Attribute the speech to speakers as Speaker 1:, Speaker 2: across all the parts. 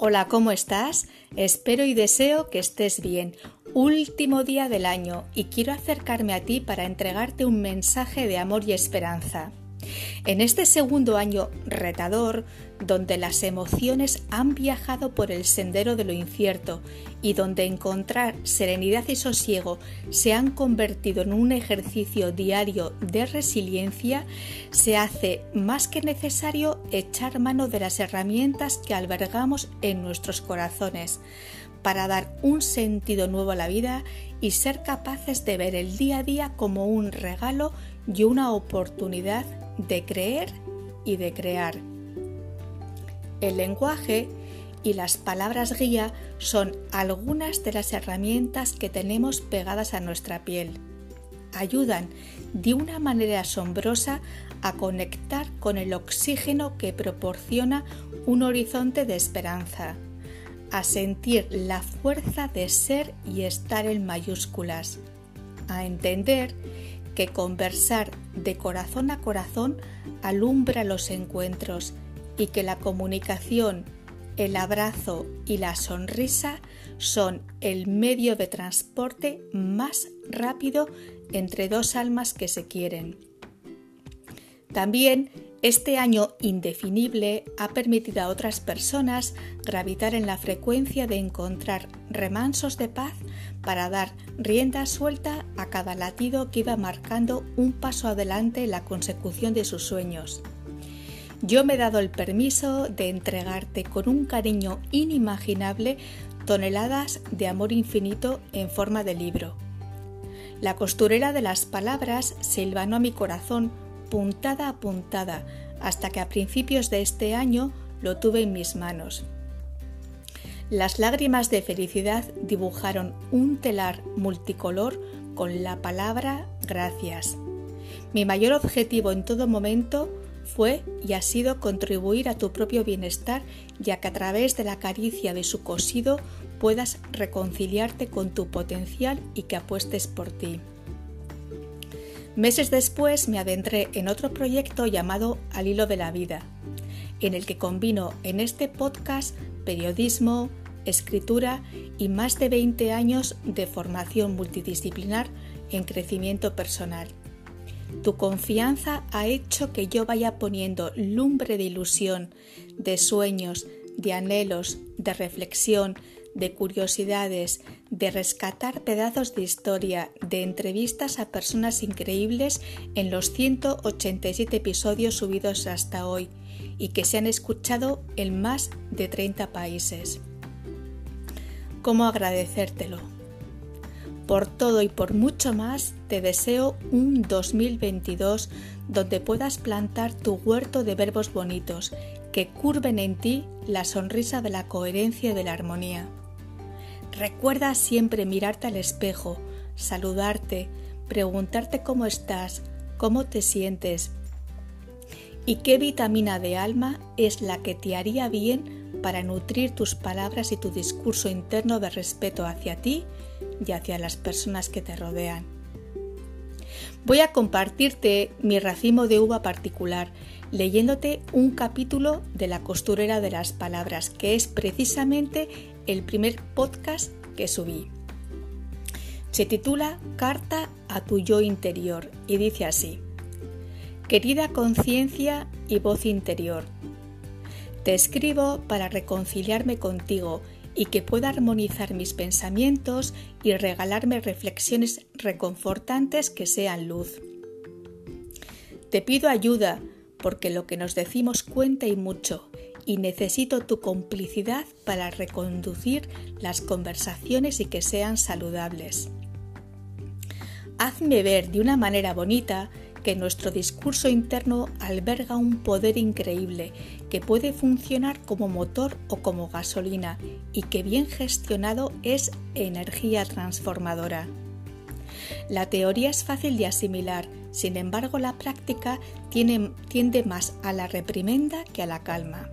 Speaker 1: Hola, ¿cómo estás? Espero y deseo que estés bien. Último día del año y quiero acercarme a ti para entregarte un mensaje de amor y esperanza. En este segundo año retador, donde las emociones han viajado por el sendero de lo incierto y donde encontrar serenidad y sosiego se han convertido en un ejercicio diario de resiliencia, se hace más que necesario echar mano de las herramientas que albergamos en nuestros corazones para dar un sentido nuevo a la vida y ser capaces de ver el día a día como un regalo y una oportunidad de creer y de crear. El lenguaje y las palabras guía son algunas de las herramientas que tenemos pegadas a nuestra piel. Ayudan de una manera asombrosa a conectar con el oxígeno que proporciona un horizonte de esperanza, a sentir la fuerza de ser y estar en mayúsculas, a entender que conversar de corazón a corazón alumbra los encuentros y que la comunicación, el abrazo y la sonrisa son el medio de transporte más rápido entre dos almas que se quieren. También este año indefinible ha permitido a otras personas gravitar en la frecuencia de encontrar remansos de paz para dar rienda suelta a cada latido que iba marcando un paso adelante en la consecución de sus sueños. Yo me he dado el permiso de entregarte con un cariño inimaginable toneladas de amor infinito en forma de libro. La costurera de las palabras se hilvanó a mi corazón puntada a puntada hasta que a principios de este año lo tuve en mis manos. Las lágrimas de felicidad dibujaron un telar multicolor con la palabra gracias. Mi mayor objetivo en todo momento fue y ha sido contribuir a tu propio bienestar, ya que a través de la caricia de su cosido puedas reconciliarte con tu potencial y que apuestes por ti. Meses después me adentré en otro proyecto llamado Al Hilo de la Vida, en el que combino en este podcast periodismo, escritura y más de 20 años de formación multidisciplinar en crecimiento personal. Tu confianza ha hecho que yo vaya poniendo lumbre de ilusión, de sueños, de anhelos, de reflexión, de curiosidades, de rescatar pedazos de historia, de entrevistas a personas increíbles en los 187 episodios subidos hasta hoy y que se han escuchado en más de 30 países. ¿Cómo agradecértelo? Por todo y por mucho más, te deseo un 2022 donde puedas plantar tu huerto de verbos bonitos que curven en ti la sonrisa de la coherencia y de la armonía. Recuerda siempre mirarte al espejo, saludarte, preguntarte cómo estás, cómo te sientes y qué vitamina de alma es la que te haría bien para nutrir tus palabras y tu discurso interno de respeto hacia ti y hacia las personas que te rodean. Voy a compartirte mi racimo de uva particular, leyéndote un capítulo de La costurera de las palabras, que es precisamente el primer podcast que subí. Se titula Carta a tu yo interior y dice así: Querida conciencia y voz interior, te escribo para reconciliarme contigo y que pueda armonizar mis pensamientos y regalarme reflexiones reconfortantes que sean luz. Te pido ayuda porque lo que nos decimos cuenta y mucho y necesito tu complicidad para reconducir las conversaciones y que sean saludables. Hazme ver de una manera bonita que nuestro discurso interno alberga un poder increíble que puede funcionar como motor o como gasolina y que bien gestionado es energía transformadora. La teoría es fácil de asimilar, sin embargo la práctica tiende más a la reprimenda que a la calma.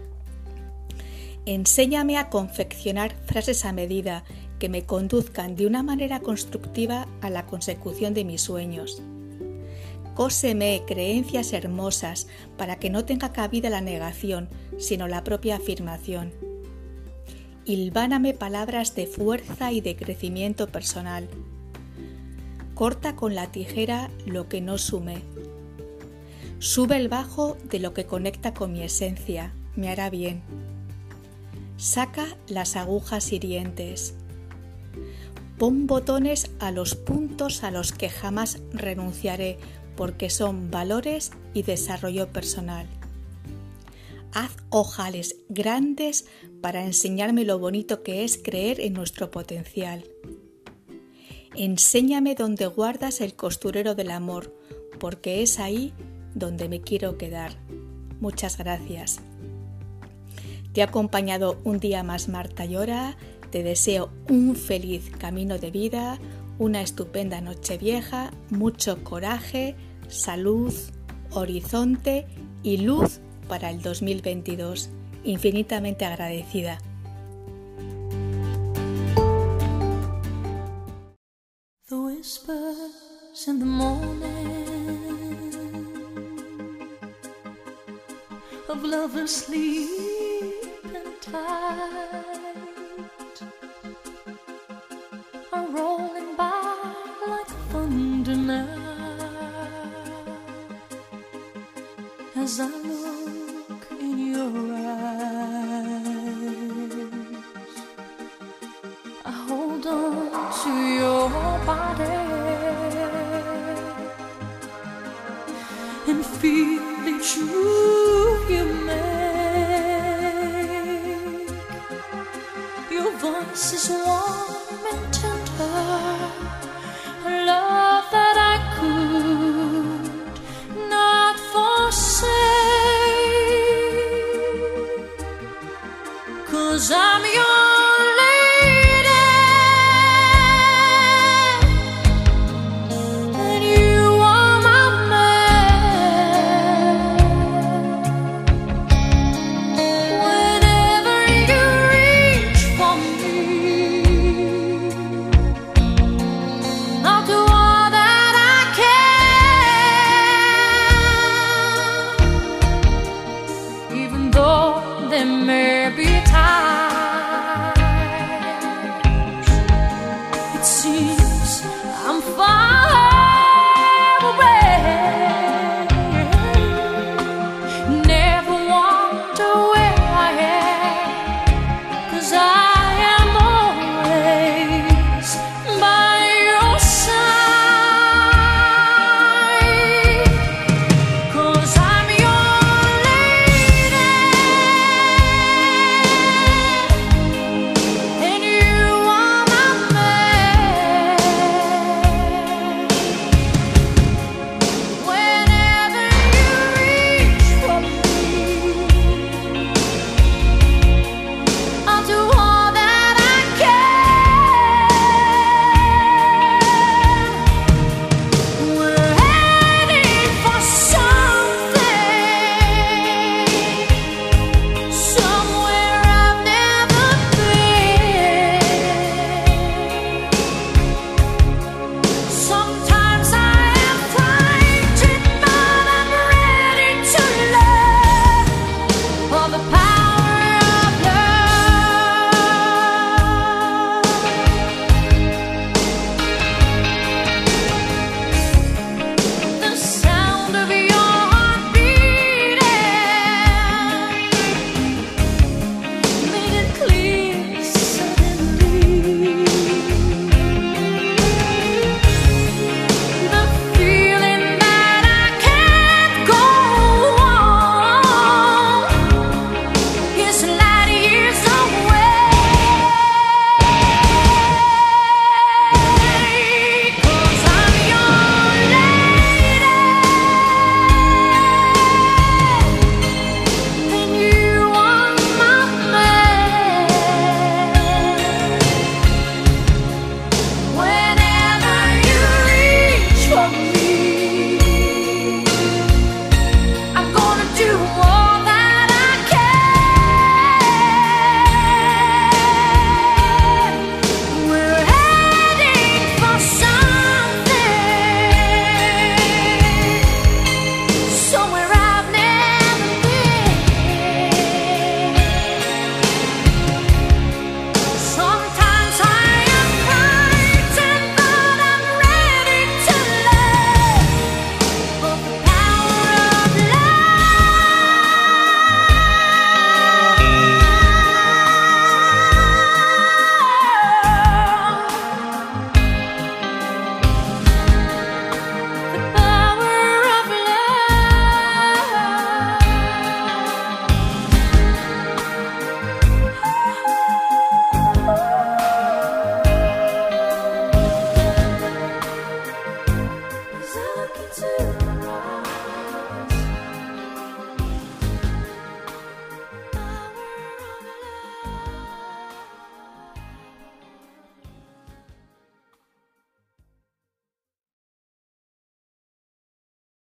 Speaker 1: Enséñame a confeccionar frases a medida que me conduzcan de una manera constructiva a la consecución de mis sueños. Cóseme creencias hermosas para que no tenga cabida la negación, sino la propia afirmación. hilváname palabras de fuerza y de crecimiento personal. Corta con la tijera lo que no sume. Sube el bajo de lo que conecta con mi esencia, me hará bien. Saca las agujas hirientes. Pon botones a los puntos a los que jamás renunciaré, porque son valores y desarrollo personal. Haz ojales grandes para enseñarme lo bonito que es creer en nuestro potencial. Enséñame dónde guardas el costurero del amor, porque es ahí donde me quiero quedar. Muchas gracias. Te ha acompañado un día más Marta Llora. Te deseo un feliz camino de vida, una estupenda Nochevieja, mucho coraje, salud, horizonte y luz para el 2022. Infinitamente agradecida.
Speaker 2: The whispers in the morning of lovers sleeping tight are rolling by like thunder now as I look in your eyes. I hold on to your body and feel each move you make. Your voice is warm and tender, a love that I could not forsake, 'cause I'm